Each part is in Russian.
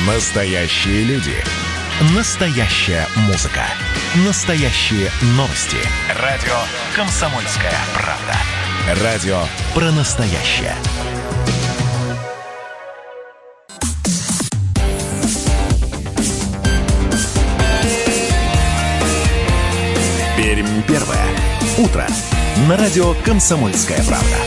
Настоящие люди. Настоящая музыка. Настоящие новости. Радио «Комсомольская правда». Радио про настоящее. Пермь первое. Утро. На радио «Комсомольская правда».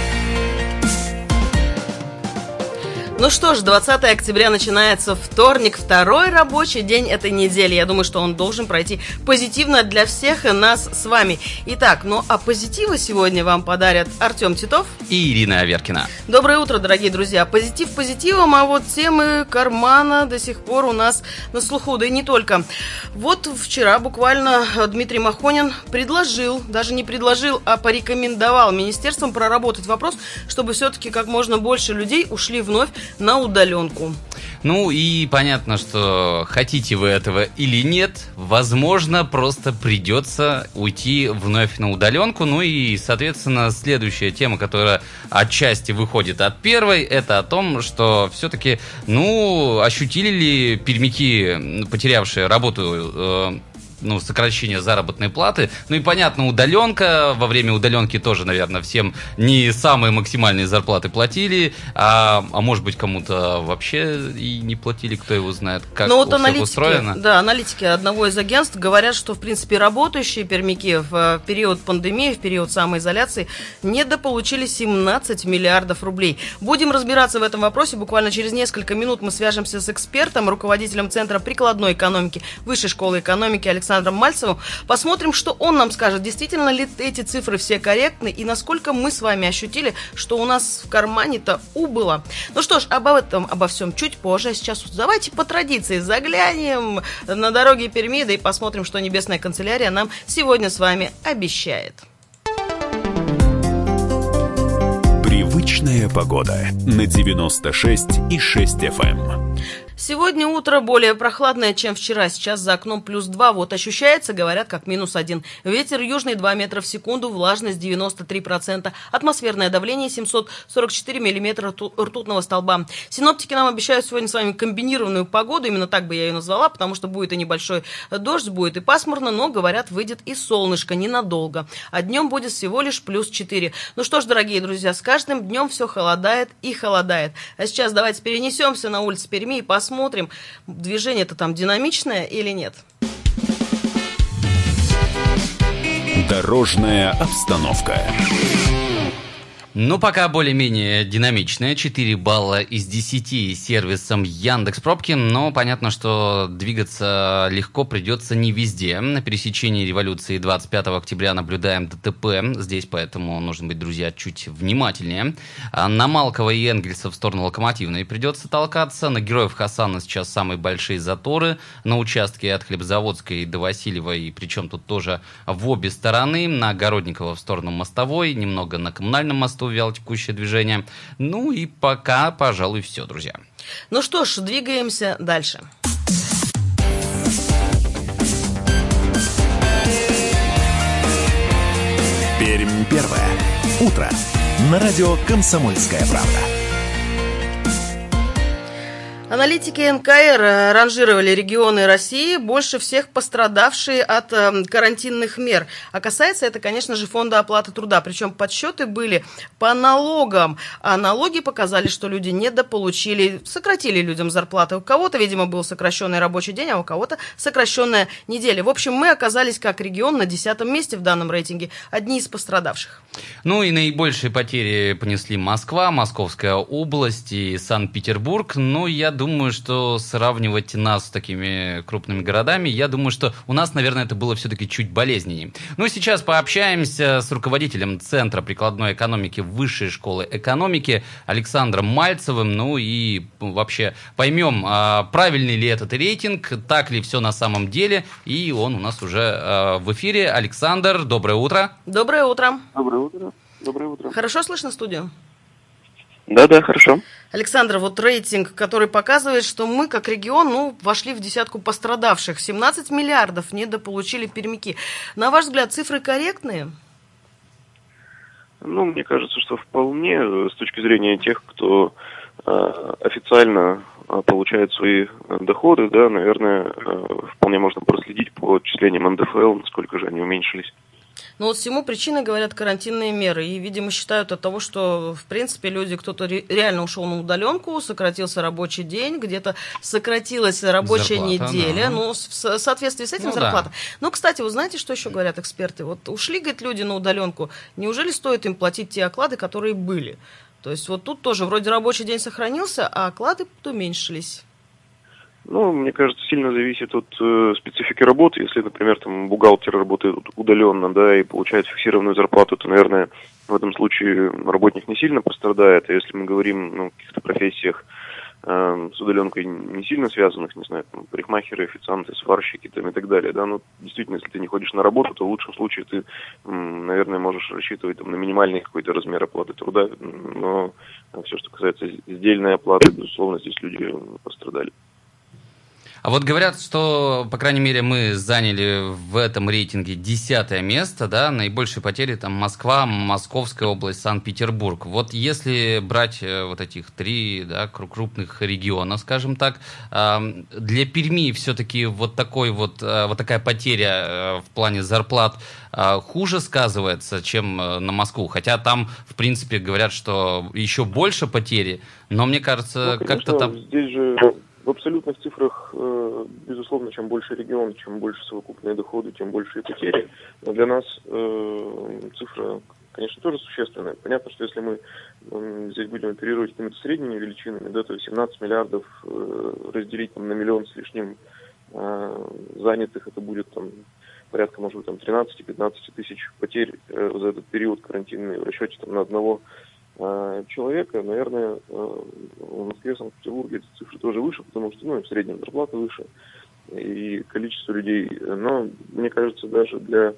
Ну что ж, 20 октября начинается вторник, второй рабочий день этой недели. Я думаю, что он должен пройти позитивно для всех и нас с вами. Итак, ну а позитива сегодня вам подарят Артем Титов и Ирина Аверкина. Доброе утро, дорогие друзья. Позитив позитивом, а вот темы кармана до сих пор у нас на слуху, да и не только. Вот вчера буквально Дмитрий Махонин предложил, даже не предложил, а порекомендовал министерствам проработать вопрос, чтобы все-таки как можно больше людей ушли вновь на удаленку. Ну и понятно, что хотите вы этого или нет, возможно, просто придется уйти вновь на удаленку. Ну и, соответственно, следующая тема, которая отчасти выходит от первой, это о том, что все-таки, ощутили ли пермяки, потерявшие работу, сокращение заработной платы. Ну и понятно, удаленка. Во время удаленки тоже, наверное, всем не самые максимальные зарплаты платили, а может быть, кому-то вообще и не платили, кто его знает, как вот у всех устроено. Да, аналитики одного из агентств говорят, что, в принципе, работающие пермяки в период пандемии, в период самоизоляции недополучили 17 миллиардов рублей. Будем разбираться в этом вопросе. Буквально через несколько минут мы свяжемся с экспертом, руководителем Центра прикладной экономики Высшей школы экономики Александром Мальцевым. Посмотрим, что он нам скажет, действительно ли эти цифры все корректны и насколько мы с вами ощутили, что у нас в кармане-то убыло. Ну что ж, обо всем чуть позже. А сейчас давайте по традиции заглянем на дороги Перми, да и посмотрим, что Небесная канцелярия нам сегодня с вами обещает. Привычная погода на 96,6 FM. Сегодня утро более прохладное, чем вчера. Сейчас за окном +2. Вот ощущается, говорят, как -1. Ветер южный 2 метра в секунду, влажность 93%. Атмосферное давление 744 миллиметра ртутного столба. Синоптики нам обещают сегодня с вами комбинированную погоду. Именно так бы я ее назвала, потому что будет и небольшой дождь, будет и пасмурно, но, говорят, выйдет и солнышко ненадолго. А днем будет всего лишь +4. Ну что ж, дорогие друзья, с каждым днем все холодает и холодает. А сейчас давайте перенесемся на улицы Перми и посмотрим, движение-то там динамичное или нет. Дорожная обстановка. Пока более-менее динамичная. 4 балла из 10 сервисом Яндекс.Пробки, но понятно, что двигаться легко придется не везде. На пересечении Революции 25 октября наблюдаем ДТП. Здесь поэтому нужно быть, друзья, чуть внимательнее. На Малкова и Энгельса в сторону Локомотивной придется толкаться. На Героев Хасана сейчас самые большие заторы. На участке от Хлебозаводской до Васильевой, причем тут тоже в обе стороны. На Огородникова в сторону Мостовой, немного на Коммунальном мосту вялотекущее движение. Ну и пока, пожалуй, все, друзья. Ну что ж, двигаемся дальше. Пермь первое. Утро. На радио «Комсомольская правда». Аналитики НКР ранжировали регионы России, больше всех пострадавшие от карантинных мер. А касается это, конечно же, фонда оплаты труда. Причем подсчеты были по налогам. А налоги показали, что люди недополучили, сократили людям зарплаты. У кого-то, видимо, был сокращенный рабочий день, а у кого-то сокращенная неделя. В общем, мы оказались как регион на 10-м месте в данном рейтинге. Одни из пострадавших. Ну и наибольшие потери понесли Москва, Московская область и Санкт-Петербург. Но я думаю, что сравнивать нас с такими крупными городами, я думаю, что у нас, наверное, это было все-таки чуть болезненнее. Ну, сейчас пообщаемся с руководителем Центра прикладной экономики Высшей школы экономики Александром Мальцевым. Ну и вообще поймем, правильный ли этот рейтинг, так ли все на самом деле. И он у нас уже в эфире. Александр, доброе утро. Доброе утро. Доброе утро. Доброе утро. Хорошо слышно студию? Да, хорошо. Александр, вот рейтинг, который показывает, что мы, как регион, вошли в десятку пострадавших. 17 миллиардов недополучили пермяки. На ваш взгляд, цифры корректные? Мне кажется, что вполне, с точки зрения тех, кто официально получает свои доходы, да, наверное, вполне можно проследить по отчислениям НДФЛ, насколько же они уменьшились. Ну вот всему причиной, говорят, карантинные меры. И, видимо, считают от того, что, в принципе, люди, кто-то реально ушел на удаленку, сократился рабочий день, где-то сократилась рабочая неделя. Да. Ну, в соответствии с этим зарплата. Да. Ну, кстати, вы знаете, что еще говорят эксперты? Вот ушли, говорят, люди на удаленку. Неужели стоит им платить те оклады, которые были? То есть вот тут тоже вроде рабочий день сохранился, а оклады уменьшились. Ну, мне кажется, сильно зависит от специфики работы. Если, например, там бухгалтер работает удаленно, да, и получает фиксированную зарплату, то, наверное, в этом случае работник не сильно пострадает. А если мы говорим о каких-то профессиях с удаленкой не сильно связанных, не знаю, там, парикмахеры, официанты, сварщики там, и так далее, да, ну, действительно, если ты не ходишь на работу, то в лучшем случае ты, наверное, можешь рассчитывать там, на минимальный какой-то размер оплаты труда, но все, что касается сдельной оплаты, безусловно, здесь люди пострадали. А вот говорят, что, по крайней мере, мы заняли в этом рейтинге 10-е место, да, наибольшие потери там Москва, Московская область, Санкт-Петербург. Вот если брать вот этих 3, да, крупных региона, скажем так, для Перми все-таки вот такая потеря в плане зарплат хуже сказывается, чем на Москву. Хотя там, в принципе, говорят, что еще больше потери, но мне кажется, конечно, как-то там... Здесь же... В абсолютных цифрах, безусловно, чем больше регион, чем больше совокупные доходы, тем больше и потери. Но для нас цифра, конечно, тоже существенная. Понятно, что если мы здесь будем оперировать какими-то средними величинами, да, то 17 миллиардов разделить там, на миллион с лишним занятых, это будет там, порядка, может быть, 13-15 тысяч потерь за этот период карантинный в расчете там, на одного человека, наверное, в Москве, в Санкт-Петербурге эти цифры тоже выше, потому что, в среднем зарплата выше и количество людей. Но, мне кажется, даже для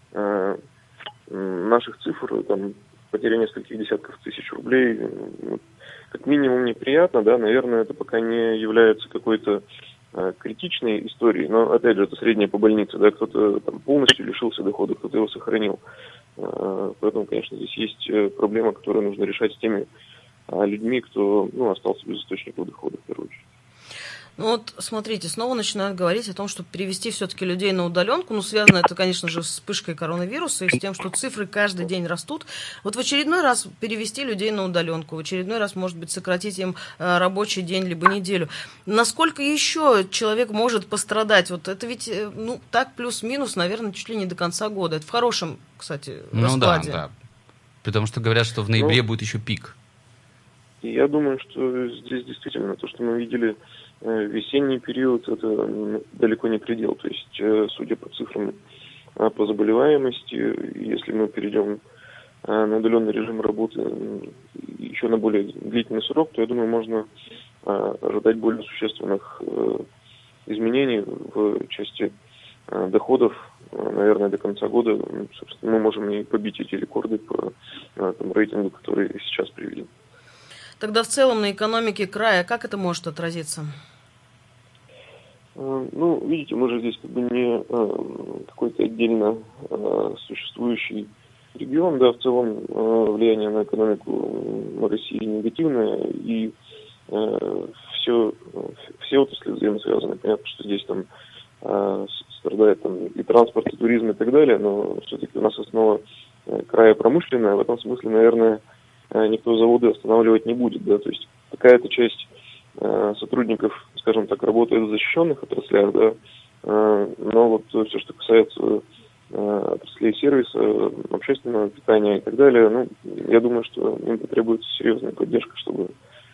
наших цифр, там, потеря нескольких десятков тысяч рублей, как минимум неприятно, да, наверное, это пока не является какой-то критичной историей, но, опять же, это среднее по больнице, да, кто-то там полностью лишился дохода, кто-то его сохранил. Поэтому, конечно, здесь есть проблема, которую нужно решать с теми людьми, кто остался без источников дохода, в первую очередь. Ну вот, смотрите, снова начинают говорить о том, что перевести все-таки людей на удаленку, связано это, конечно же, с вспышкой коронавируса и с тем, что цифры каждый день растут. Вот в очередной раз перевести людей на удаленку, в очередной раз, может быть, сократить им рабочий день либо неделю. Насколько еще человек может пострадать? Вот это ведь, так плюс-минус, наверное, чуть ли не до конца года. Это в хорошем, кстати, раскладе. Да. Потому что говорят, что в ноябре будет еще пик. Я думаю, что здесь действительно то, что мы видели весенний период, это далеко не предел. То есть, судя по цифрам по заболеваемости, если мы перейдем на удаленный режим работы еще на более длительный срок, то, я думаю, можно ожидать более существенных изменений в части доходов. Наверное, до конца года, собственно, мы можем и побить эти рекорды по рейтингу, который сейчас приведен. Тогда в целом на экономике края как это может отразиться? Видите, мы же здесь не какой-то отдельно существующий регион, да, в целом влияние на экономику России негативное, и все отрасли взаимосвязаны. Понятно, что здесь там страдает там, и транспорт, и туризм, и так далее, но все-таки у нас основа края промышленная, в этом смысле, наверное, никто заводы останавливать не будет, да, то есть какая-то часть сотрудников, скажем так, работает в защищенных отраслях, да, но вот все, что касается отраслей сервиса, общественного питания и так далее, я думаю, что им потребуется серьезная поддержка, чтобы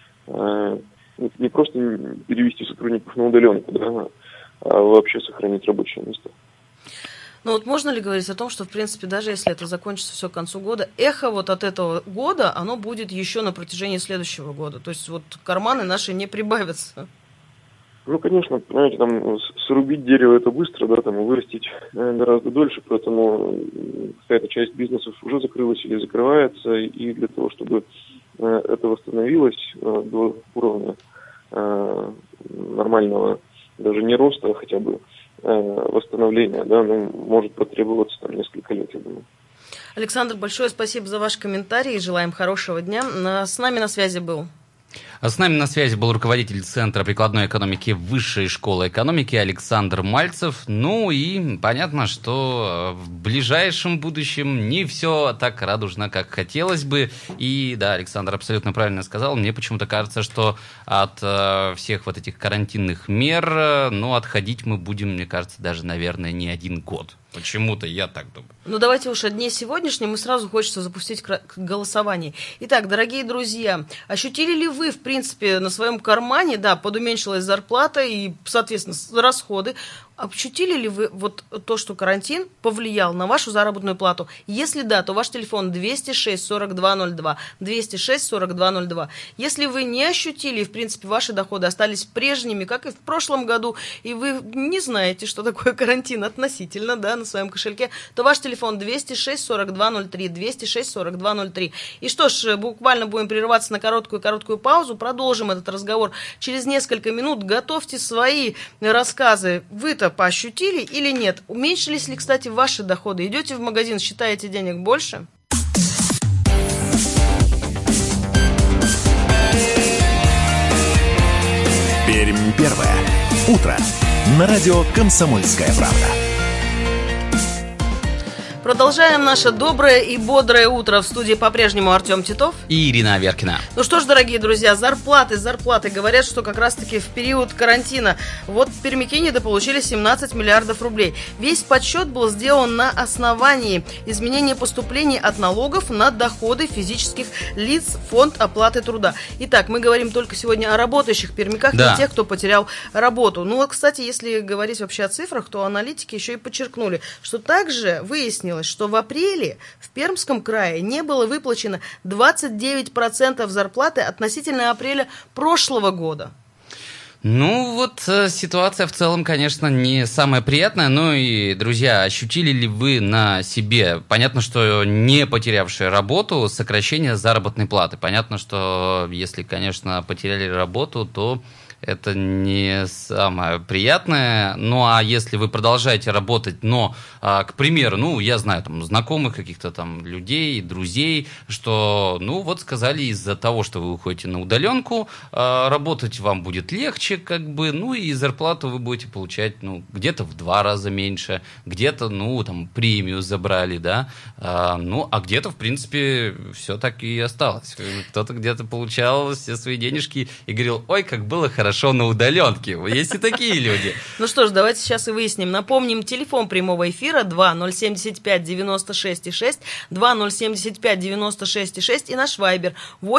не просто перевести сотрудников на удаленку, да, а вообще сохранить рабочие места. Можно ли говорить о том, что, в принципе, даже если это закончится все к концу года, эхо вот от этого года, оно будет еще на протяжении следующего года? То есть вот карманы наши не прибавятся? Конечно, понимаете, там срубить дерево это быстро, да, там и вырастить гораздо дольше, поэтому какая-то часть бизнесов уже закрылась или закрывается, и для того, чтобы это восстановилось до уровня нормального, даже не роста, а хотя бы восстановления, да, может потребоваться там несколько лет, я думаю. Александр, большое спасибо за ваш комментарий и желаем хорошего дня. С нами на связи был А с нами на связи был руководитель Центра прикладной экономики Высшей школы экономики Александр Мальцев. Ну и понятно, что в ближайшем будущем не все так радужно, как хотелось бы. И да, Александр абсолютно правильно сказал. Мне почему-то кажется, что от всех вот этих карантинных мер, отходить мы будем, мне кажется, даже, наверное, не 1 год. Почему-то я так думаю. Давайте уж о дне сегодняшнем, и сразу хочется запустить голосование. Итак, дорогие друзья, ощутили ли вы, в принципе, на своем кармане, подуменьшилась зарплата и, соответственно, расходы? Ощутили ли вы вот то, что карантин повлиял на вашу заработную плату? Если да, то ваш телефон 206-4202, 206-4202. Если вы не ощутили, и, в принципе, ваши доходы остались прежними, как и в прошлом году, и вы не знаете, что такое карантин относительно, на своем кошельке, то ваш телефон 206-4203, 206-4203. И что ж, буквально будем прерываться на короткую паузу, продолжим этот разговор через несколько минут. Готовьте свои рассказы. Вы-то поощутили или нет? Уменьшились ли, кстати, ваши доходы? Идете в магазин, считаете денег больше? Пермь первое. Утро. На радио «Комсомольская правда». Продолжаем наше доброе и бодрое утро. В студии по-прежнему Артем Титов и Ирина Аверкина. Ну что ж, дорогие друзья, зарплаты. Говорят, что как раз-таки в период карантина пермяки недополучили 17 миллиардов рублей. Весь подсчет был сделан на основании изменения поступлений от налогов на доходы физических лиц в фонд оплаты труда. Итак, мы говорим только сегодня о работающих пермяках, не тех, кто потерял работу. Кстати, если говорить вообще о цифрах, то аналитики еще и подчеркнули, что также выяснилось, что в апреле в Пермском крае не было выплачено 29% зарплаты относительно апреля прошлого года. Ситуация в целом, конечно, не самая приятная. И, друзья, ощутили ли вы на себе, понятно, что не потерявшие работу, сокращение заработной платы? Понятно, что если, конечно, потеряли работу, то это не самое приятное. А если вы продолжаете работать, к примеру, я знаю знакомых каких-то людей, друзей, что, сказали, из-за того, что вы уходите на удаленку, работать вам будет легче, и зарплату вы будете получать, где-то в 2 раза меньше, где-то, премию забрали, а где-то, в принципе, все так и осталось. Кто-то где-то получал все свои денежки и говорил: ой, как было хорошо на удаленке. Есть и такие люди. Ну что ж, давайте сейчас и выясним. Напомним, телефон прямого эфира 2075-96-6, 2075-96-6 и наш вайбер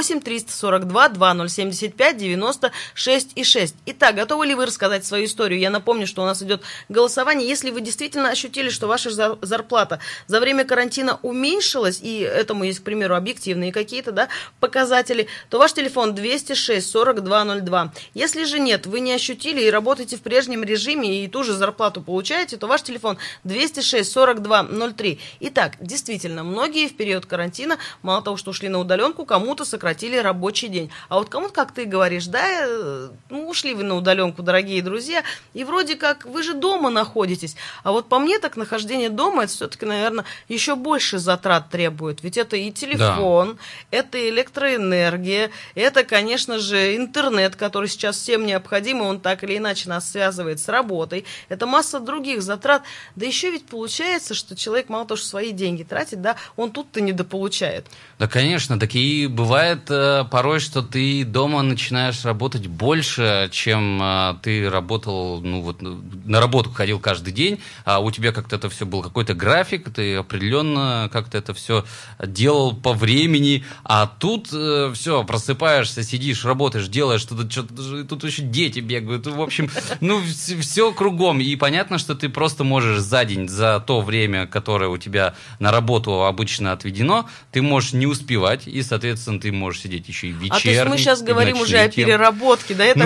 8-342-2075-96-6. Итак, готовы ли вы рассказать свою историю? Я напомню, что у нас идет голосование. Если вы действительно ощутили, что ваша зарплата за время карантина уменьшилась, и этому есть, к примеру, объективные какие-то показатели, то ваш телефон 206-4202. Если же нет, вы не ощутили и работаете в прежнем режиме и ту же зарплату получаете, то ваш телефон 206-4203. Итак, действительно, многие в период карантина, мало того, что ушли на удаленку, кому-то сократили рабочий день. А кому-то, как ты говоришь, ушли вы на удаленку, дорогие друзья, и вроде как вы же дома находитесь. А по мне, так нахождение дома, это все-таки, наверное, еще больше затрат требует. Ведь это и телефон, это электроэнергия, это, конечно же, интернет, который сейчас всем необходим, и он так или иначе нас связывает с работой. Это масса других затрат. Да еще ведь получается, что человек мало того, что свои деньги тратит, он тут-то недополучает. Да, конечно. Так и бывает порой, что ты дома начинаешь работать больше, чем ты работал, на работу ходил каждый день, а у тебя как-то это все был какой-то график, ты определенно как-то это все делал по времени, а тут все, просыпаешься, сидишь, работаешь, делаешь, что-то тут еще дети бегают, в общем, все кругом. И понятно, что ты просто можешь за день, за то время, которое у тебя на работу обычно отведено, ты можешь не успевать, и, соответственно, ты можешь сидеть еще и вечерний. А то есть мы сейчас говорим уже о переработке, я так чувствую,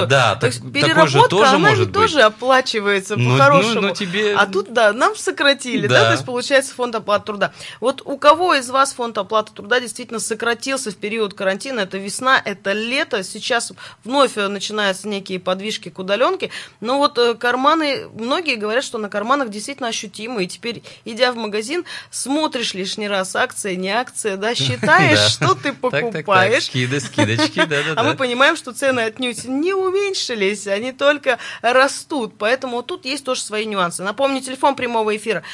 зарплату. Да, То есть такой же тоже она может ведь быть. тоже оплачивается по-хорошему. Тебе... А тут, да, нам сократили, да, то есть получается фонд оплаты труда. Вот у кого из вас фонд оплаты труда действительно сократился в период карантина? Это весна, это лето, сейчас вновь начинаются некие подвижки к удаленке, но вот карманы, многие говорят, что на карманах действительно ощутимо, и теперь, идя в магазин, смотришь лишний раз, акция, не акция, да, считаешь, что ты покупаешь. Скидочки, да. А мы понимаем, что цены отнюдь не уменьшились, они только растут, поэтому тут есть тоже свои нюансы. Напомню, телефон прямого эфира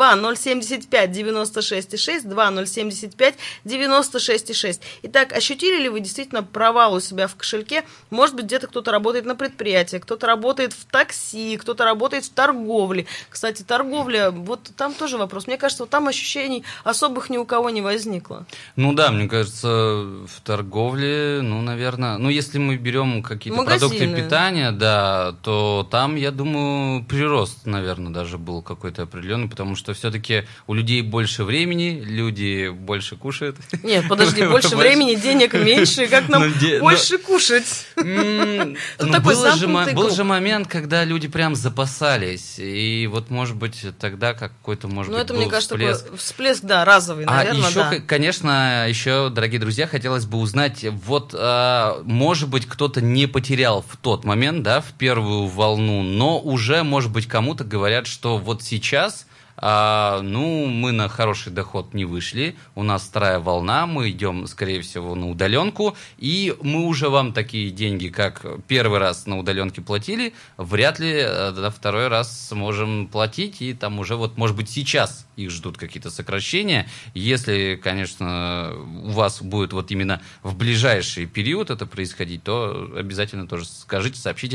2075-96-6, 2075-96-6. Итак, ощутили ли вы действительно провал у себя в кошельке? Может быть, где-то кто-то работает на предприятии, кто-то работает в такси, кто-то работает в торговле. Кстати, торговля, вот там тоже вопрос. Мне кажется, вот там ощущений особых ни у кого не возникло. Ну да, мне кажется, в торговле, наверное, если мы берем какие-то продукты питания, да, то там, я думаю, прирост, наверное, даже был какой-то определенный, потому что все-таки у людей больше времени, люди больше кушают. Нет, подожди, больше времени, денег меньше, как нам больше кушать? Был же момент, когда люди прям запасались, и вот, может быть, тогда какой-то, может быть, это, мне кажется, всплеск. такой всплеск, да, разовый, наверное, еще, конечно, дорогие друзья, хотелось бы узнать, вот, может быть, кто-то не потерял в тот момент, да, в первую волну, но уже, может быть, кому-то говорят, что вот сейчас... мы на хороший доход не вышли, у нас вторая волна, мы идем, скорее всего, на удаленку, и мы уже вам такие деньги, как первый раз на удаленке платили, вряд ли второй раз сможем платить, и там уже вот, может быть, сейчас их ждут какие-то сокращения. Если, конечно, у вас будет вот именно в ближайший период это происходить, то обязательно тоже скажите, сообщите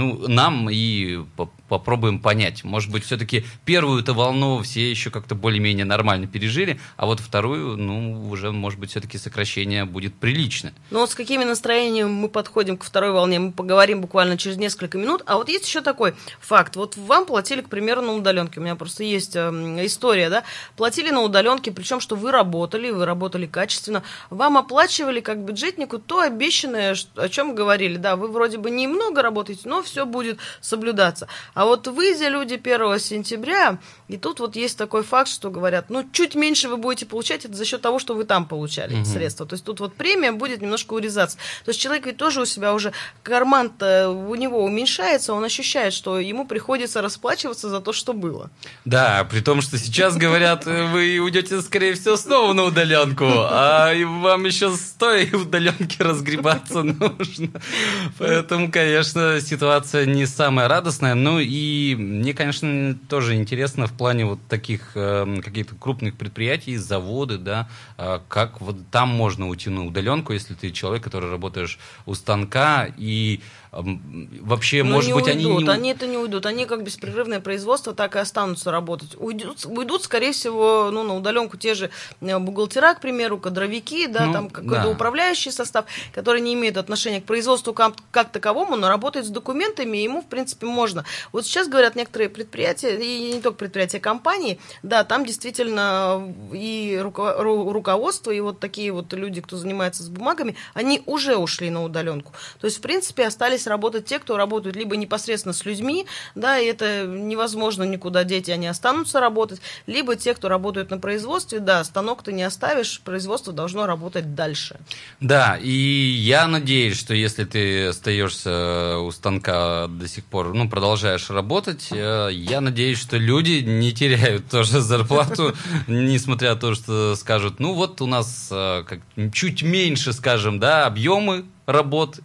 нам и попробуем понять. Может быть, все-таки первую-то волну все еще как-то более-менее нормально пережили, а вот вторую, уже, может быть, все-таки сокращение будет приличное. Вот с какими настроениями мы подходим к второй волне, мы поговорим буквально через несколько минут. А вот есть еще такой факт. Вот вам платили, к примеру, на удаленке. У меня просто есть история, да. Платили на удаленке, причем, что вы работали качественно. Вам оплачивали как бюджетнику то обещанное, о чем говорили. Да, вы вроде бы немного работаете, но все будет соблюдаться. А вот выйдя люди 1 сентября, и тут вот есть такой факт, что говорят, чуть меньше вы будете получать, это за счет того, что вы там получали эти средства. То есть тут вот премия будет немножко урезаться. То есть человек ведь тоже у себя уже, карман-то у него уменьшается, он ощущает, что ему приходится расплачиваться за то, что было. Да, при том, что сейчас говорят, вы уйдете, скорее всего, снова на удаленку, а вам еще с той удаленки разгребаться нужно. Поэтому, конечно, ситуация не самая радостная. И мне, конечно, тоже интересно в плане вот таких каких-то крупных предприятий, заводы, да, как вот там можно уйти на удаленку, если ты человек, который работаешь у станка, и вообще, может быть, они не уйдут, они как беспрерывное производство так и останутся работать. Уйдут, скорее всего, на удаленку те же бухгалтера, к примеру, кадровики, да, там какой-то управляющий состав, который не имеет отношения к производству как таковому, но работает с документами, ему, в принципе, можно. Вот сейчас, говорят, некоторые предприятия, и не только предприятия, компании, да, там действительно и руководство, и вот такие вот люди, кто занимается с бумагами, они уже ушли на удаленку. То есть, в принципе, остались работать те, кто работают либо непосредственно с людьми, да, и это невозможно никуда деть, и они останутся работать, либо те, кто работают на производстве, да, станок ты не оставишь, производство должно работать дальше. Да, и я надеюсь, что если ты остаешься у станка до сих пор, продолжаешь работать, я надеюсь, что люди не теряют тоже зарплату, несмотря на то, что скажут, у нас чуть меньше, скажем, да, объемы работ,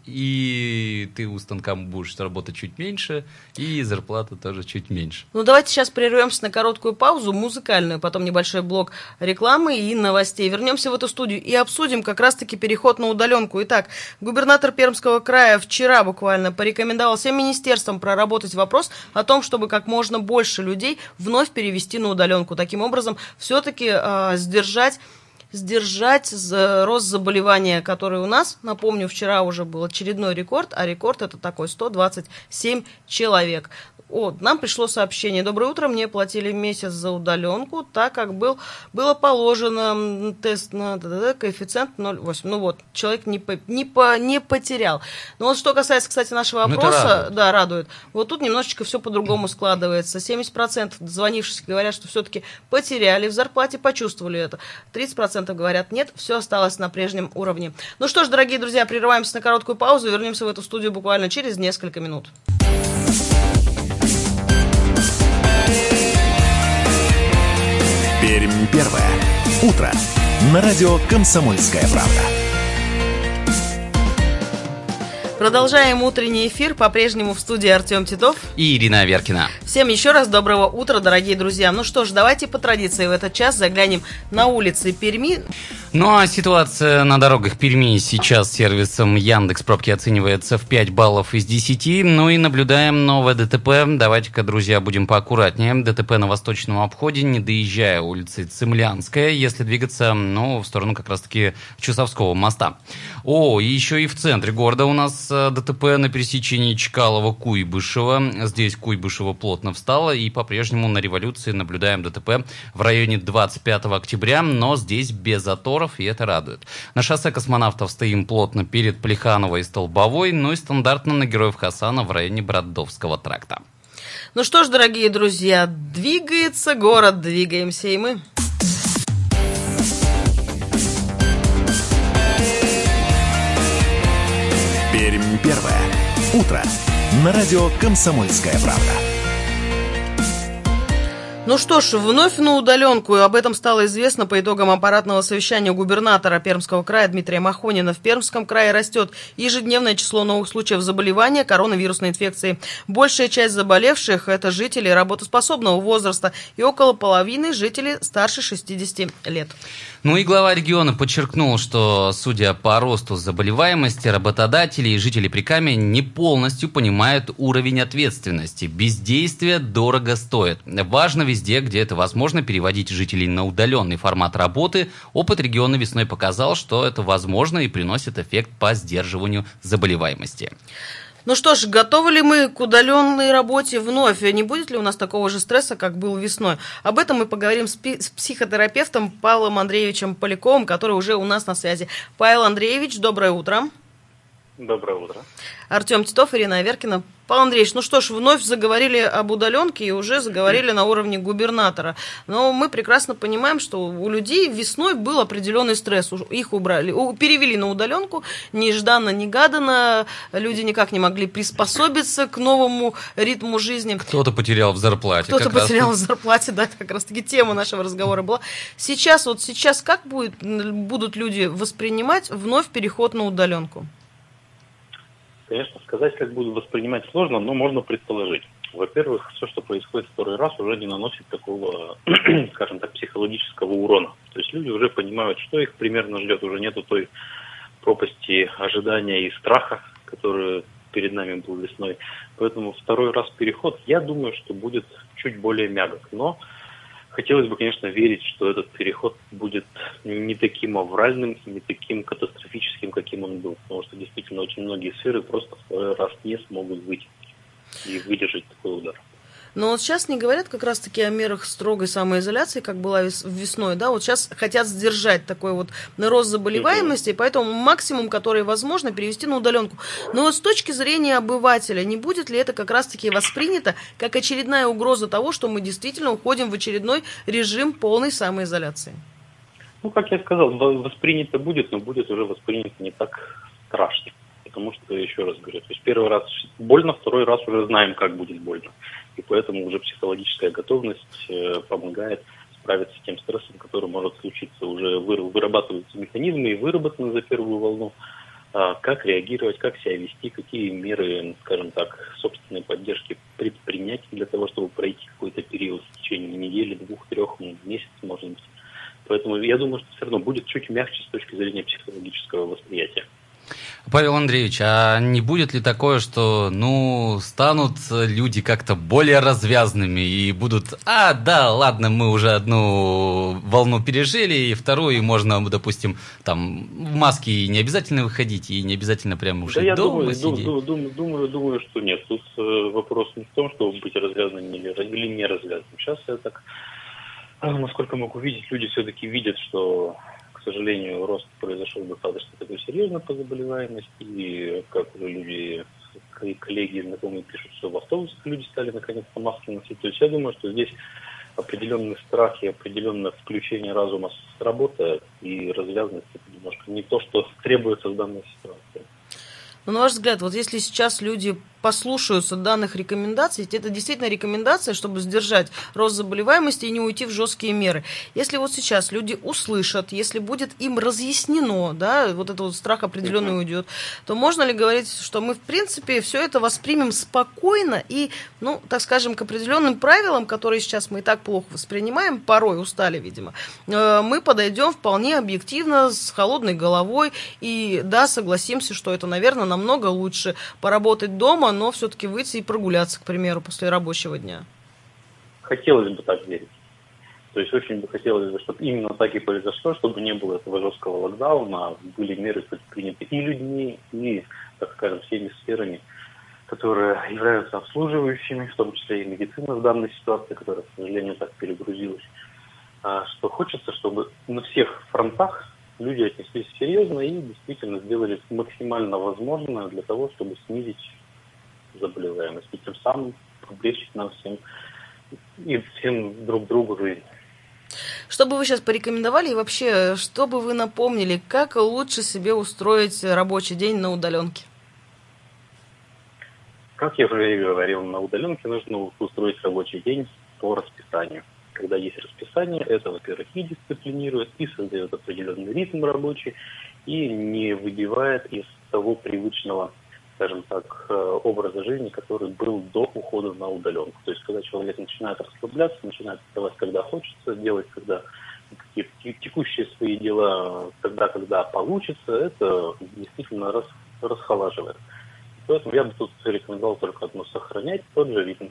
и ты у станка будешь работать чуть меньше, и зарплата тоже чуть меньше. Давайте сейчас прервемся на короткую паузу музыкальную, потом небольшой блок рекламы и новостей. Вернемся в эту студию и обсудим как раз-таки переход на удаленку. Итак, губернатор Пермского края вчера буквально порекомендовал всем министерствам проработать вопрос о том, чтобы как можно больше людей вновь перевести на удаленку. Таким образом, все-таки сдержать сдержать рост заболевания, который у нас, напомню, вчера уже был очередной рекорд, а рекорд это такой 127 человек. Нам пришло сообщение. Доброе утро, мне платили месяц за удаленку, так как было положено тест на коэффициент 0,8. Человек не потерял. Но что касается, кстати, нашего опроса, да, радует. Тут немножечко все по-другому складывается. 70% звонивших говорят, что все-таки потеряли в зарплате, почувствовали это. 30% говорят нет, все осталось на прежнем уровне. Ну что ж, дорогие друзья, прерываемся на короткую паузу и вернемся в эту студию буквально через несколько минут. Пермь первое. Утро. На радио «Комсомольская правда». Продолжаем утренний эфир. По-прежнему в студии Артем Титов и Ирина Аверкина. Всем еще раз доброго утра, дорогие друзья. Ну что ж, давайте по традиции в этот час заглянем на улицы Перми. Ну а ситуация на дорогах Перми сейчас сервисом Яндекс.Пробки оценивается в 5 баллов из 10. Ну и наблюдаем новое ДТП. Давайте-ка, друзья, будем поаккуратнее. ДТП на восточном обходе, не доезжая улицы Цимлянская, если двигаться, в сторону как раз-таки Чусовского моста. И еще и в центре города у нас ДТП на пересечении Чкалова-Куйбышева. Здесь Куйбышева плотно встала, и по-прежнему на Революции наблюдаем ДТП в районе 25 октября, но здесь без заторов, и это радует. На шоссе Космонавтов стоим плотно перед Плехановой и Столбовой, и стандартно на Героев Хасана в районе Бродовского тракта. Ну что ж, дорогие друзья, двигается город, двигаемся и мы. Пермь первое. Утро. На радио «Комсомольская правда». Ну что ж, вновь на удаленку. Об этом стало известно по итогам аппаратного совещания губернатора Пермского края Дмитрия Махонина. В Пермском крае растет ежедневное число новых случаев заболевания коронавирусной инфекцией. Большая часть заболевших – это жители работоспособного возраста и около половины жители старше 60 лет. И глава региона подчеркнул, что, судя по росту заболеваемости, работодатели и жители Прикамья не полностью понимают уровень ответственности. Бездействие дорого стоит. Важно везде, где это возможно, переводить жителей на удаленный формат работы. Опыт региона весной показал, что это возможно и приносит эффект по сдерживанию заболеваемости. Ну что ж, готовы ли мы к удаленной работе вновь? Не будет ли у нас такого же стресса, как был весной? Об этом мы поговорим с психотерапевтом Павлом Андреевичем Поляковым, который уже у нас на связи. Павел Андреевич, доброе утро. Доброе утро. Артем Титов, Ирина Аверкина. Павел Андреевич, ну что ж, вновь заговорили об удаленке и уже заговорили на уровне губернатора. Но мы прекрасно понимаем, что у людей весной был определенный стресс. Их убрали, перевели на удаленку, нежданно-негаданно. Люди никак не могли приспособиться к новому ритму жизни. Кто-то потерял в зарплате. Кто-то потерял в зарплате, да, это как раз-таки тема нашего разговора была. Сейчас как будут люди воспринимать вновь переход на удаленку? Конечно, сказать, как будут воспринимать, сложно, но можно предположить. Во-первых, все, что происходит второй раз, уже не наносит такого, скажем так, психологического урона. То есть люди уже понимают, что их примерно ждет. Уже нету той пропасти ожидания и страха, который перед нами был весной. Поэтому второй раз переход, я думаю, что будет чуть более мягок. Но хотелось бы, конечно, верить, что этот переход будет не таким авральным, не таким катастрофическим, каким он был. Потому что действительно очень многие сферы просто второй раз не смогут выйти и выдержать такой удар. Но сейчас не говорят как раз-таки о мерах строгой самоизоляции, как была весной, да, сейчас хотят сдержать такой рост заболеваемости, поэтому максимум, который возможно, перевести на удаленку. Но с точки зрения обывателя, не будет ли это как раз-таки воспринято как очередная угроза того, что мы действительно уходим в очередной режим полной самоизоляции? Как я сказал, воспринято будет, но будет уже воспринято не так страшно. Потому что, еще раз говорю, то есть первый раз больно, второй раз уже знаем, как будет больно. И поэтому уже психологическая готовность помогает справиться с тем стрессом, который может случиться. Уже вырабатываются механизмы и выработаны за первую волну. Как реагировать, как себя вести, какие меры, скажем так, собственной поддержки предпринять для того, чтобы пройти какой-то период в течение недели, 2-3, месяца, может быть. Поэтому я думаю, что все равно будет чуть мягче с точки зрения психологического восприятия. Павел Андреевич, а не будет ли такое, что, станут люди как-то более развязными и будут, да, ладно, мы уже одну волну пережили, и вторую, и можно, допустим, там, в маске и не обязательно выходить, и не обязательно прямо уж я дома сидеть? Думаю, что нет. Тут вопрос не в том, чтобы быть развязанным или не развязанным. Сейчас я так, насколько могу видеть, люди все-таки видят, что, к сожалению, рост произошел достаточно такой серьезный по заболеваемости, и как уже люди, коллеги, знакомые пишут, что в автобусах люди стали наконец-то маски носить. То есть я думаю, что здесь определенный страх и определенное включение разума сработает, и развязанность это немножко не то, что требуется в данной ситуации. Но, на ваш взгляд, вот если сейчас люди послушаются данных рекомендаций, это действительно рекомендация, чтобы сдержать рост заболеваемости и не уйти в жесткие меры. Если вот сейчас люди услышат, если будет им разъяснено, да, вот этот вот страх определенный уйдет, то можно ли говорить, что мы, в принципе, все это воспримем спокойно и, так скажем, к определенным правилам, которые сейчас мы и так плохо воспринимаем, порой устали, видимо, мы подойдем вполне объективно, с холодной головой и, да, согласимся, что это, наверное, намного лучше поработать дома, но все-таки выйти и прогуляться, к примеру, после рабочего дня? Хотелось бы так верить. То есть очень бы хотелось бы, чтобы именно так и произошло, чтобы не было этого жесткого локдауна, были меры предприняты и людьми, и, так скажем, всеми сферами, которые являются обслуживающими, в том числе и медицина в данной ситуации, которая, к сожалению, так перегрузилась. Что хочется, чтобы на всех фронтах люди отнеслись серьезно и действительно сделали максимально возможное для того, чтобы снизить заболеваемость и тем самым облегчить нам всем и всем друг другу жизнь. Что бы вы сейчас порекомендовали и вообще, что бы вы напомнили, как лучше себе устроить рабочий день на удаленке? Как я уже говорил, на удаленке нужно устроить рабочий день по расписанию. Когда есть расписание, это, во-первых, и дисциплинирует, и создает определенный ритм рабочий, и не выбивает из того привычного, скажем так, образа жизни, который был до ухода на удаленку. То есть, когда человек начинает расслабляться, начинает вставать, когда хочется, делать, когда какие-то текущие свои дела, тогда, когда получится, это действительно расхолаживает. Поэтому я бы тут рекомендовал только одно — сохранять тот же ритм.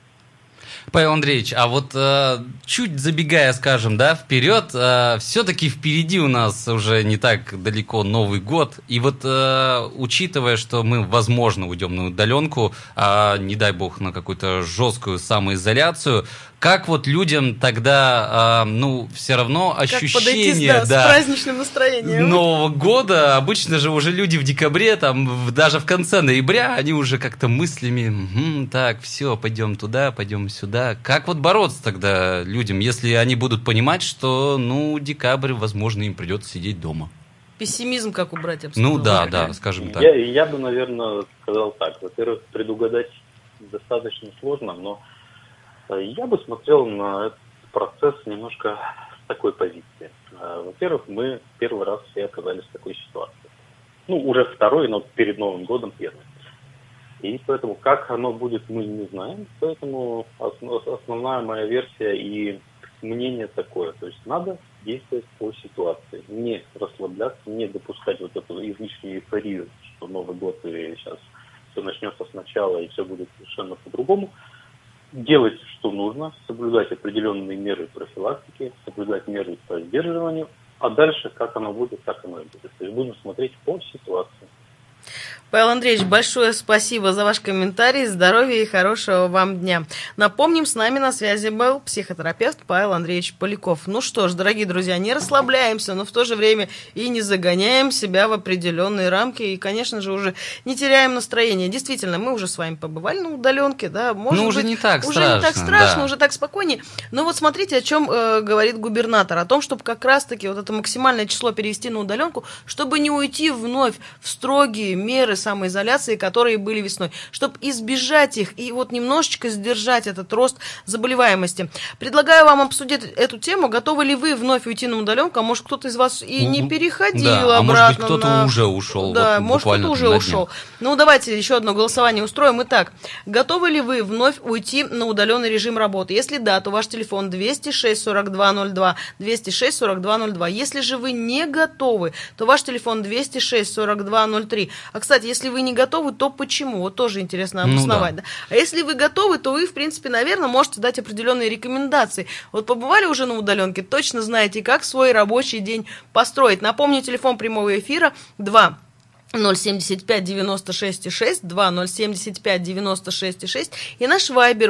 Павел Андреевич, а вот чуть забегая, скажем, вперед, все-таки впереди у нас уже не так далеко Новый год, и вот учитывая, что мы, возможно, уйдем на удаленку, не дай бог, на какую-то жесткую самоизоляцию, как вот людям тогда, все равно ощущение с праздничным настроением Нового года? Обычно же уже люди в декабре, даже в конце ноября, они уже как-то мыслями, так, все, пойдем туда, пойдем сюда. Как вот бороться тогда людям, если они будут понимать, что, декабрь, возможно, им придется сидеть дома? Пессимизм как убрать, я бы сказала. Да, скажем так. Я бы, наверное, сказал так. Во-первых, предугадать достаточно сложно, но я бы смотрел на этот процесс немножко с такой позиции. Во-первых, мы первый раз все оказались в такой ситуации. Уже второй, но перед Новым годом первый. И поэтому, как оно будет, мы не знаем. Поэтому основная моя версия и мнение такое. То есть надо действовать по ситуации. Не расслабляться, не допускать вот эту излишнюю эйфорию, что Новый год и сейчас все начнется сначала и все будет совершенно по-другому. Делать, что нужно, соблюдать определенные меры профилактики, соблюдать меры по сдерживанию, а дальше, как оно будет, так оно и будет. То есть будем смотреть по ситуации. Павел Андреевич, большое спасибо за ваш комментарий, здоровья и хорошего вам дня. Напомним, с нами на связи был психотерапевт Павел Андреевич Поляков. Ну что ж, дорогие друзья, не расслабляемся, но в то же время и не загоняем себя в определенные рамки и, конечно же, уже не теряем настроение. Действительно, мы уже с вами побывали на удаленке, да, может уже быть, не так уже страшно, не так страшно, да. уже так спокойнее. Но вот смотрите, о чем говорит губернатор, о том, чтобы как раз-таки вот это максимальное число перевести на удаленку, чтобы не уйти вновь в строгие меры, меры самоизоляции, которые были весной, чтобы избежать их и вот немножечко сдержать этот рост заболеваемости. Предлагаю вам обсудить эту тему. Готовы ли вы вновь уйти на удаленку? А может, кто-то из вас и не переходил обратно. Может быть, кто-то уже ушел. Да, может, кто-то уже ушел. Ну, давайте еще одно голосование устроим. Итак, готовы ли вы вновь уйти на удаленный режим работы? Если да, то ваш телефон 206-4202, 206-4202. Если же вы не готовы, то ваш телефон 206-4203. А, кстати, если вы не готовы, то почему? Вот тоже интересно обосновать. Да. А если вы готовы, то вы, в принципе, наверное, можете дать определенные рекомендации. Вот побывали уже на удаленке, точно знаете, как свой рабочий день построить. Напомню, телефон прямого эфира 2-075-96-6, 2-075-96-6 и наш вайбер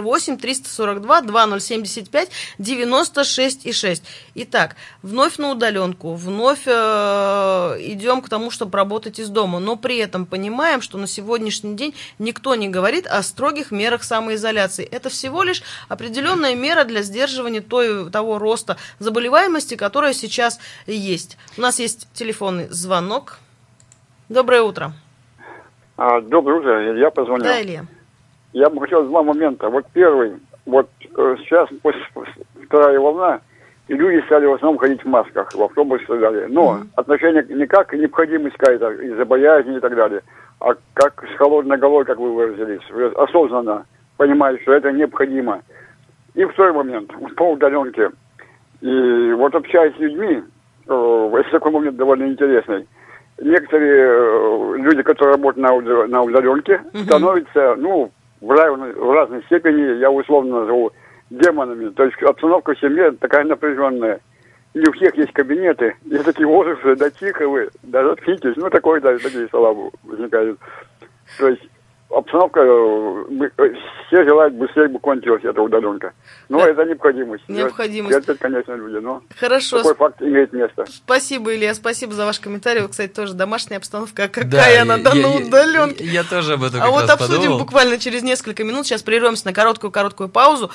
8-342-2075-96-6. Итак, вновь на удаленку, вновь идем к тому, чтобы работать из дома, но при этом понимаем, что на сегодняшний день никто не говорит о строгих мерах самоизоляции. Это всего лишь определенная мера для сдерживания того роста заболеваемости, которая сейчас есть. У нас есть телефонный звонок. Доброе утро. Доброе утро, я позвонил. Да, Илья. Я бы хотел два момента. Вот первый, вот сейчас вторая волна, и люди стали в основном ходить в масках, в автобусе и так далее. Но отношение не как необходимость какая-то из-за боязни и так далее, а как с холодной головой, как вы выразились, осознанно понимаете, что это необходимо. И второй момент, по удаленке. И вот общаясь с людьми, это такой момент довольно интересный. Некоторые люди, которые работают на удаленке, становятся, в разной степени, я условно назову, демонами. То есть обстановка в семье такая напряженная. И у всех есть кабинеты, и такие возрасты, да тихо вы, да заткнитесь, такие слова возникают. То есть обстановка, все желают быстрее бы кончилась эта удаленка. Но это необходимость. Это, конечно, люди, но хорошо. Такой факт имеет место. Спасибо, Илья, спасибо за ваш комментарий. Вот, кстати, тоже домашняя обстановка, какая она на удаленке. Я тоже об этом как раз подумал. А вот обсудим буквально через несколько минут. Сейчас прервемся на короткую паузу.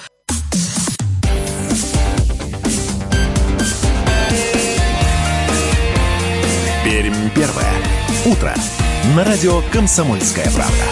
Пермь первое. Утро. На радио «Комсомольская правда».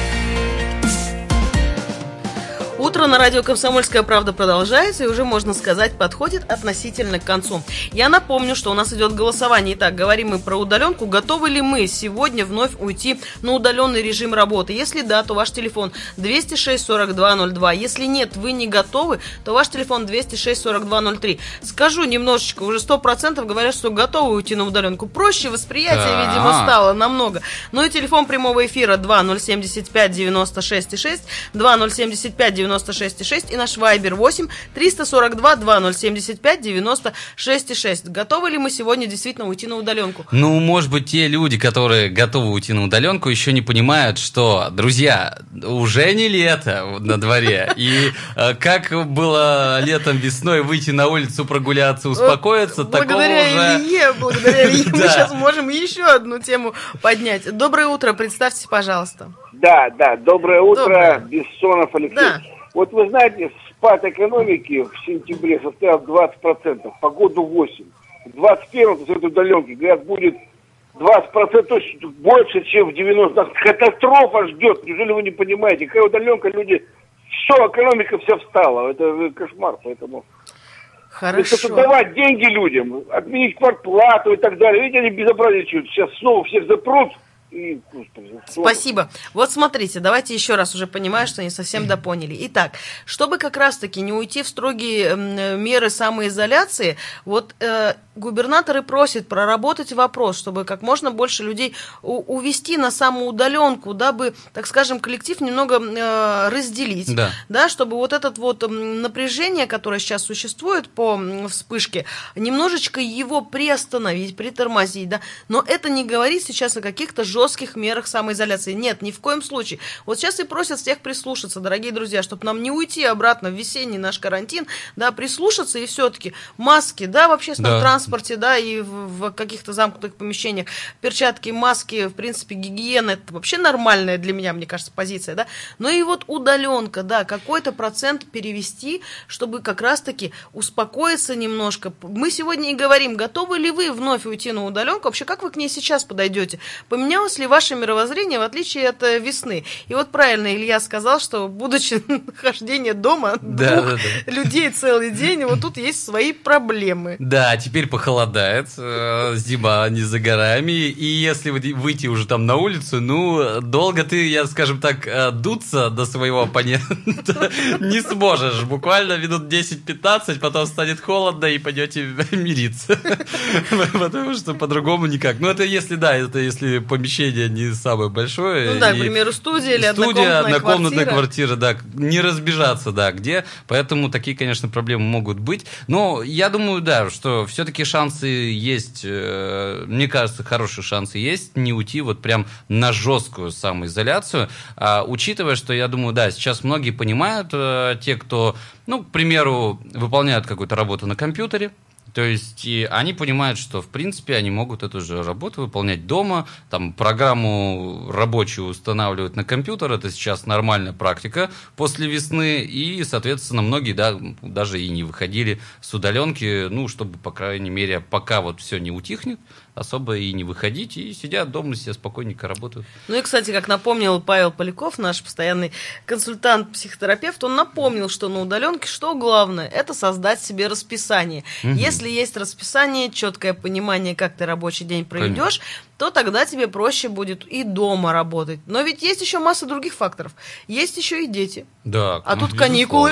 Утро на радио «Комсомольская правда» продолжается и уже, можно сказать, подходит относительно к концу. Я напомню, что у нас идет голосование. Итак, говорим мы про удаленку. Готовы ли мы сегодня вновь уйти на удаленный режим работы? Если да, то ваш телефон 206-4202. Если нет, вы не готовы, то ваш телефон 206-4203. Скажу немножечко, уже 100% говорят, что готовы уйти на удаленку. Проще восприятие, видимо, стало намного. Ну и телефон прямого эфира 2-075-96-6, 2-075-96-6 и наш вайбер 8-342-2075-96-6. Готовы ли мы сегодня действительно уйти на удаленку? Может быть, те люди, которые готовы уйти на удаленку, еще не понимают, что, друзья, уже не лето на дворе. И как было летом, весной выйти на улицу, прогуляться, успокоиться, благодаря Илье мы сейчас можем еще одну тему поднять. Доброе утро, представьтесь, пожалуйста. Да, доброе утро, Бессонов Алексей. Да. Вот вы знаете, спад экономики в сентябре составил 20%, по году 8%. В 21-м, то есть в удаленке, говорят, будет 20%, то есть больше, чем в 90-м. Катастрофа ждет, неужели вы не понимаете? Какая удаленка, люди, все, экономика вся встала, это кошмар, поэтому... Хорошо. Это давать деньги людям, отменить квартплату и так далее. Видите, они безобразничают, сейчас снова всех запрут. Спасибо. Вот смотрите, давайте еще раз, уже понимаю, что не совсем допоняли. Итак, чтобы как раз-таки не уйти в строгие меры самоизоляции, вот губернаторы просят проработать вопрос, чтобы как можно больше людей увести на самоудаленку, дабы, так скажем, коллектив немного разделить, да, чтобы вот это вот напряжение, которое сейчас существует по вспышке, немножечко его приостановить, притормозить, да, но это не говорит сейчас о каких-то жестких мерах самоизоляции. Нет, ни в коем случае. Вот сейчас и просят всех прислушаться, дорогие друзья, чтобы нам не уйти обратно в весенний наш карантин, да, прислушаться и все-таки маски, да, в общественном транспорте, да, и в каких-то замкнутых помещениях, перчатки, маски, в принципе, гигиена, это вообще нормальная для меня, мне кажется, позиция, да, но и вот удаленка, да, какой-то процент перевести, чтобы как раз-таки успокоиться немножко. Мы сегодня и говорим, готовы ли вы вновь уйти на удаленку, вообще как вы к ней сейчас подойдете? Поменялось изменилось ли ваше мировоззрение в отличие от весны? И вот правильно Илья сказал, что будучи нахождение дома двух людей целый день, вот тут есть свои проблемы. Да, теперь похолодает, зима не за горами, и если выйти уже там на улицу, ну, долго ты, я скажем так, дуться до своего оппонента не сможешь. Буквально минут 10-15, потом станет холодно, и пойдете мириться. Потому что по-другому никак. Ну, это если помещение не самое большое. Ну да, к примеру, студия или однокомнатная квартира, да, не разбежаться, да, где. Поэтому такие, конечно, проблемы могут быть. Но я думаю, да, что все-таки шансы есть, мне кажется, хорошие шансы есть не уйти вот прям на жесткую самоизоляцию. Учитывая, что, я думаю, да, сейчас многие понимают, те, кто, ну, к примеру, выполняют какую-то работу на компьютере, то есть и они понимают, что, в принципе, они могут эту же работу выполнять дома, там, программу рабочую устанавливать на компьютер, это сейчас нормальная практика после весны, и, соответственно, многие, да, даже и не выходили с удаленки, ну, чтобы, по крайней мере, пока вот все не утихнет, особо и не выходить, и сидят дома, себе спокойненько работают. Ну и, кстати, как напомнил Павел Поляков, наш постоянный консультант-психотерапевт, он напомнил, что на удаленке что главное? Это создать себе расписание. Если есть расписание, четкое понимание, как ты рабочий день проведешь, то тогда тебе проще будет и дома работать. Но ведь есть еще масса других факторов. Есть еще и дети. Да. А тут каникулы.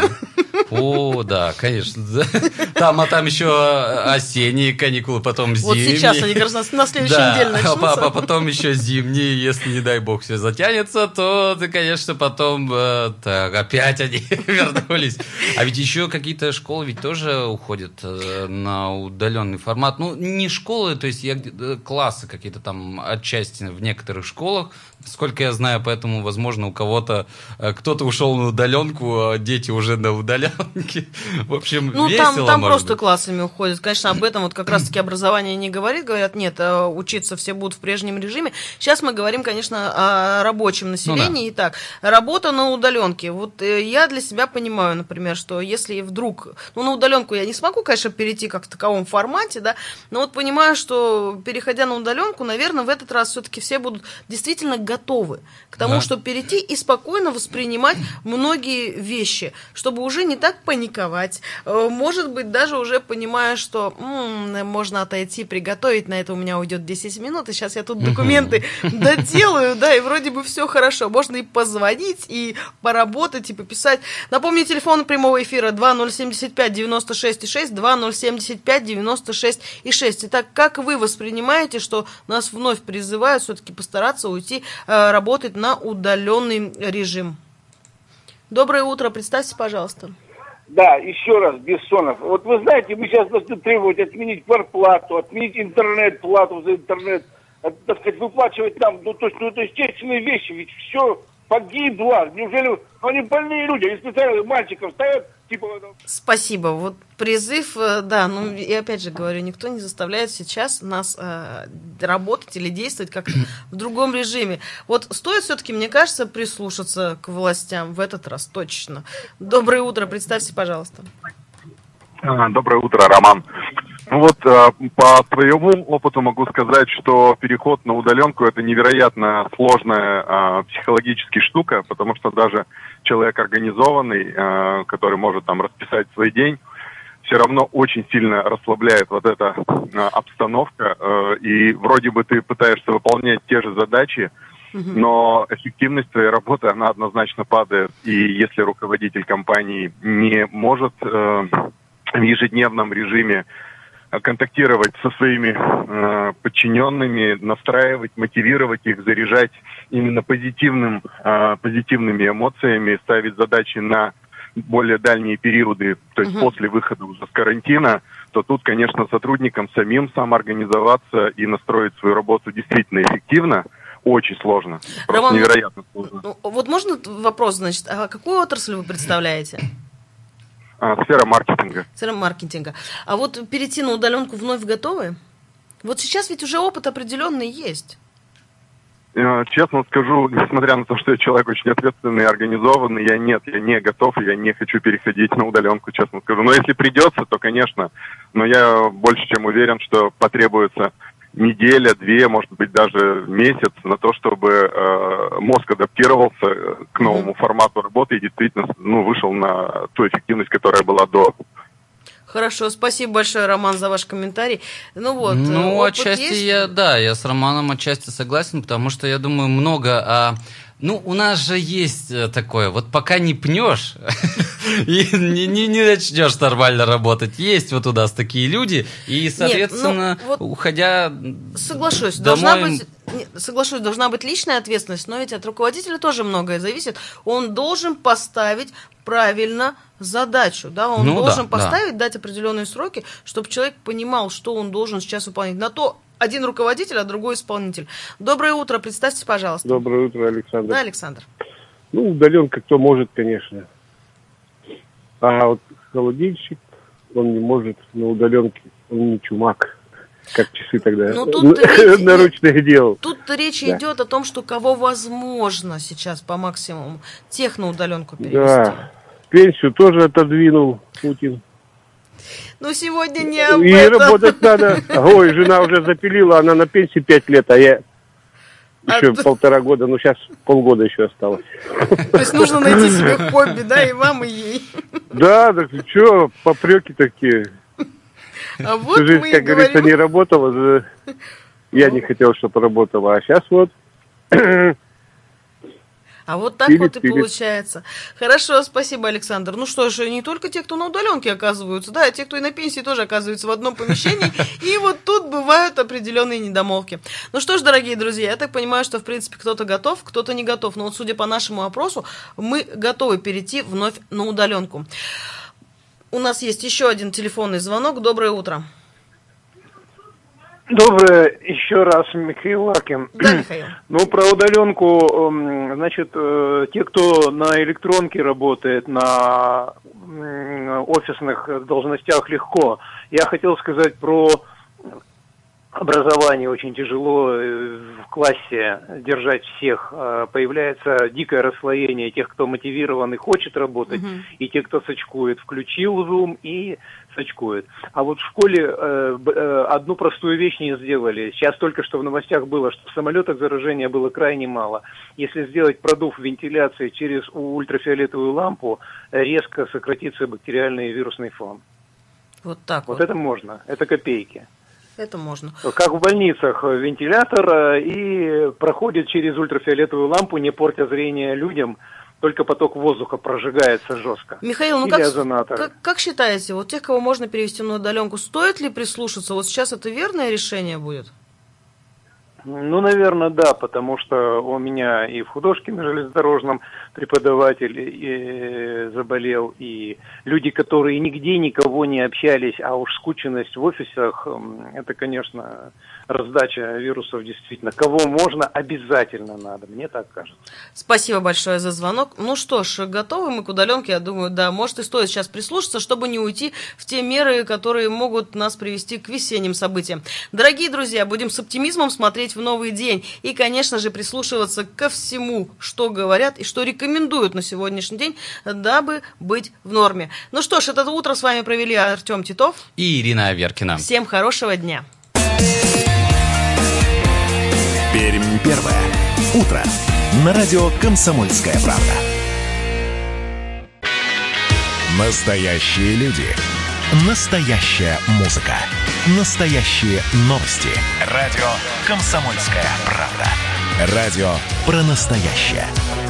О, да, конечно. Там еще осенние каникулы, потом зимние. Вот сейчас они, кажется, на следующей неделе начнутся. А потом еще зимние, если, не дай бог, все затянется, то ты, конечно, потом опять они вернулись. А ведь еще какие-то школы ведь тоже уходят на удаленный формат. Ну, не школы, то есть классы какие-то там отчасти в некоторых школах. Сколько я знаю, поэтому, возможно, у кого-то кто-то ушел на удаленку, а дети уже на удаленке. В общем, весело, там просто классами уходят. Конечно, об этом вот как раз-таки образование не говорит. Говорят, нет, учиться все будут в прежнем режиме. Сейчас мы говорим, конечно, о рабочем населении. Итак, работа на удаленке. Вот я для себя понимаю, например, что если вдруг... Ну, на удаленку я не смогу, конечно, перейти как в таковом формате, да, но вот понимаю, что, переходя на удаленку, наверное, в этот раз все-таки все будут действительно готовы к тому, чтобы перейти и спокойно воспринимать многие вещи, чтобы уже не так паниковать. Может быть, даже уже понимая, что можно отойти, приготовить, на это у меня уйдет 10 минут, и сейчас я тут документы доделаю, да, и вроде бы все хорошо. Можно и позвонить, и поработать, и пописать. Напомню, телефон прямого эфира 2075-96-6, 2075-96-6. Итак, как вы воспринимаете, что нас вновь призывают все-таки постараться уйти работать на удаленный режим? Доброе утро, представьте, пожалуйста. Да, еще раз, Бессонов. Вот вы знаете, мы сейчас должны требовать отменить квартплату, отменить интернет-плату за интернет, так сказать, выплачивать там, это естественные вещи, ведь все погибло. Неужели они больные люди, они специально мальчиков ставят, типа... Спасибо. Вот призыв, да, ну и опять же говорю, никто не заставляет сейчас нас работать или действовать как в другом режиме. Вот стоит все-таки, мне кажется, прислушаться к властям в этот раз точно. Доброе утро, представьте, пожалуйста. Доброе утро, Роман. Ну вот, по своему опыту могу сказать, что переход на удаленку – это невероятно сложная психологическая штука, потому что даже человек организованный, который может там расписать свой день, все равно очень сильно расслабляет вот эта обстановка, и вроде бы ты пытаешься выполнять те же задачи, но эффективность твоей работы, она однозначно падает, и если руководитель компании не может в ежедневном режиме контактировать со своими подчиненными, настраивать, мотивировать их, заряжать именно позитивными эмоциями, ставить задачи на более дальние периоды, то есть после выхода уже с карантина, то тут, конечно, сотрудникам самим самоорганизоваться и настроить свою работу действительно эффективно очень сложно. Просто Роман, невероятно сложно. Вот можно вопрос, значит, а какую отрасль вы представляете? Сфера маркетинга. Сфера маркетинга. А вот перейти на удаленку вновь готовы? Вот сейчас ведь уже опыт определенный есть. Честно скажу, несмотря на то, что я человек очень ответственный и организованный, я не готов, я не хочу переходить на удаленку, честно скажу. Но если придется, то, конечно, но я больше чем уверен, что потребуется неделя, две, может быть, даже месяц на то, чтобы мозг адаптировался к новому формату работы и действительно вышел на ту эффективность, которая была до. Хорошо, спасибо большое, Роман, за ваш комментарий. Отчасти я с Романом отчасти согласен, потому что я думаю, много... у нас же есть такое, вот пока не пнешь и не начнешь нормально работать. Есть вот у нас такие люди, и, соответственно, уходя соглашусь, домой... должна быть личная ответственность, но ведь от руководителя тоже многое зависит. Он должен поставить правильно задачу, да, он должен поставить, дать определенные сроки, чтобы человек понимал, что он должен сейчас выполнять. На то один руководитель, а другой исполнитель. Доброе утро, представьтесь, пожалуйста. Доброе утро, Александр. Да, Александр. Удаленка кто может, конечно. А вот холодильщик, он не может на удаленке, он не чумак, как часы тогда наручных делал. Тут речь идет о том, что кого возможно сейчас по максимуму тех на удаленку перевести. Да, пенсию тоже отодвинул Путин. Сегодня не об этом. И работать надо. Ой, жена уже запилила, она на пенсии 5 лет, а я еще 1,5 года, сейчас полгода еще осталось. То есть нужно найти себе хобби, да, и вам, и ей. Да, так что, попреки такие. А вот жизнь, мы как говорится, не работала. Я не хотел, чтобы работала, а сейчас вот... А вот так вот и получается. Хорошо, спасибо, Александр. Что ж, не только те, кто на удаленке оказываются, да, а те, кто и на пенсии, тоже оказываются в одном помещении. И вот тут бывают определенные недомолвки. Что ж, дорогие друзья, я так понимаю, что, в принципе, кто-то готов, кто-то не готов. Но вот, судя по нашему опросу, мы готовы перейти вновь на удаленку. У нас есть еще один телефонный звонок. Доброе утро. Доброе еще раз, Михаил Ларкин. Да, Михаил. Про удаленку, значит, те, кто на электронке работает, на офисных должностях легко. Я хотел сказать про образование. Очень тяжело в классе держать всех. Появляется дикое расслоение тех, кто мотивирован и хочет работать, и тех, кто сочкует. Включил Zoom и сочкует. А вот в школе одну простую вещь не сделали. Сейчас только что в новостях было, что в самолетах заражения было крайне мало. Если сделать продув вентиляции через ультрафиолетовую лампу, резко сократится бактериальный и вирусный фон. Вот так вот. Вот это можно. Это копейки. Это можно. Как в больницах вентилятор и проходит через ультрафиолетовую лампу, не портя зрение людям, только поток воздуха прожигается жестко. Михаил, как считаете, вот тех, кого можно перевести на удаленку, стоит ли прислушаться? Вот сейчас это верное решение будет? Наверное, да, потому что у меня и в художке на железнодорожном преподаватель заболел, и люди, которые нигде никого не общались, а уж скученность в офисах, это, конечно, раздача вирусов действительно. Кого можно, обязательно надо, мне так кажется. Спасибо большое за звонок. Что ж, готовы мы к удаленке, я думаю, да, может и стоит сейчас прислушаться, чтобы не уйти в те меры, которые могут нас привести к весенним событиям. Дорогие друзья, будем с оптимизмом смотреть в новый день и, конечно же, прислушиваться ко всему, что говорят и что рекомендуют на сегодняшний день, дабы быть в норме. Что ж, это утро с вами провели Артем Титов и Ирина Аверкина. Всем хорошего дня. Пермь первое. Утро. На радио «Комсомольская правда». Настоящие люди. Настоящая музыка. Настоящие новости. Радио «Комсомольская правда». Радио про настоящее.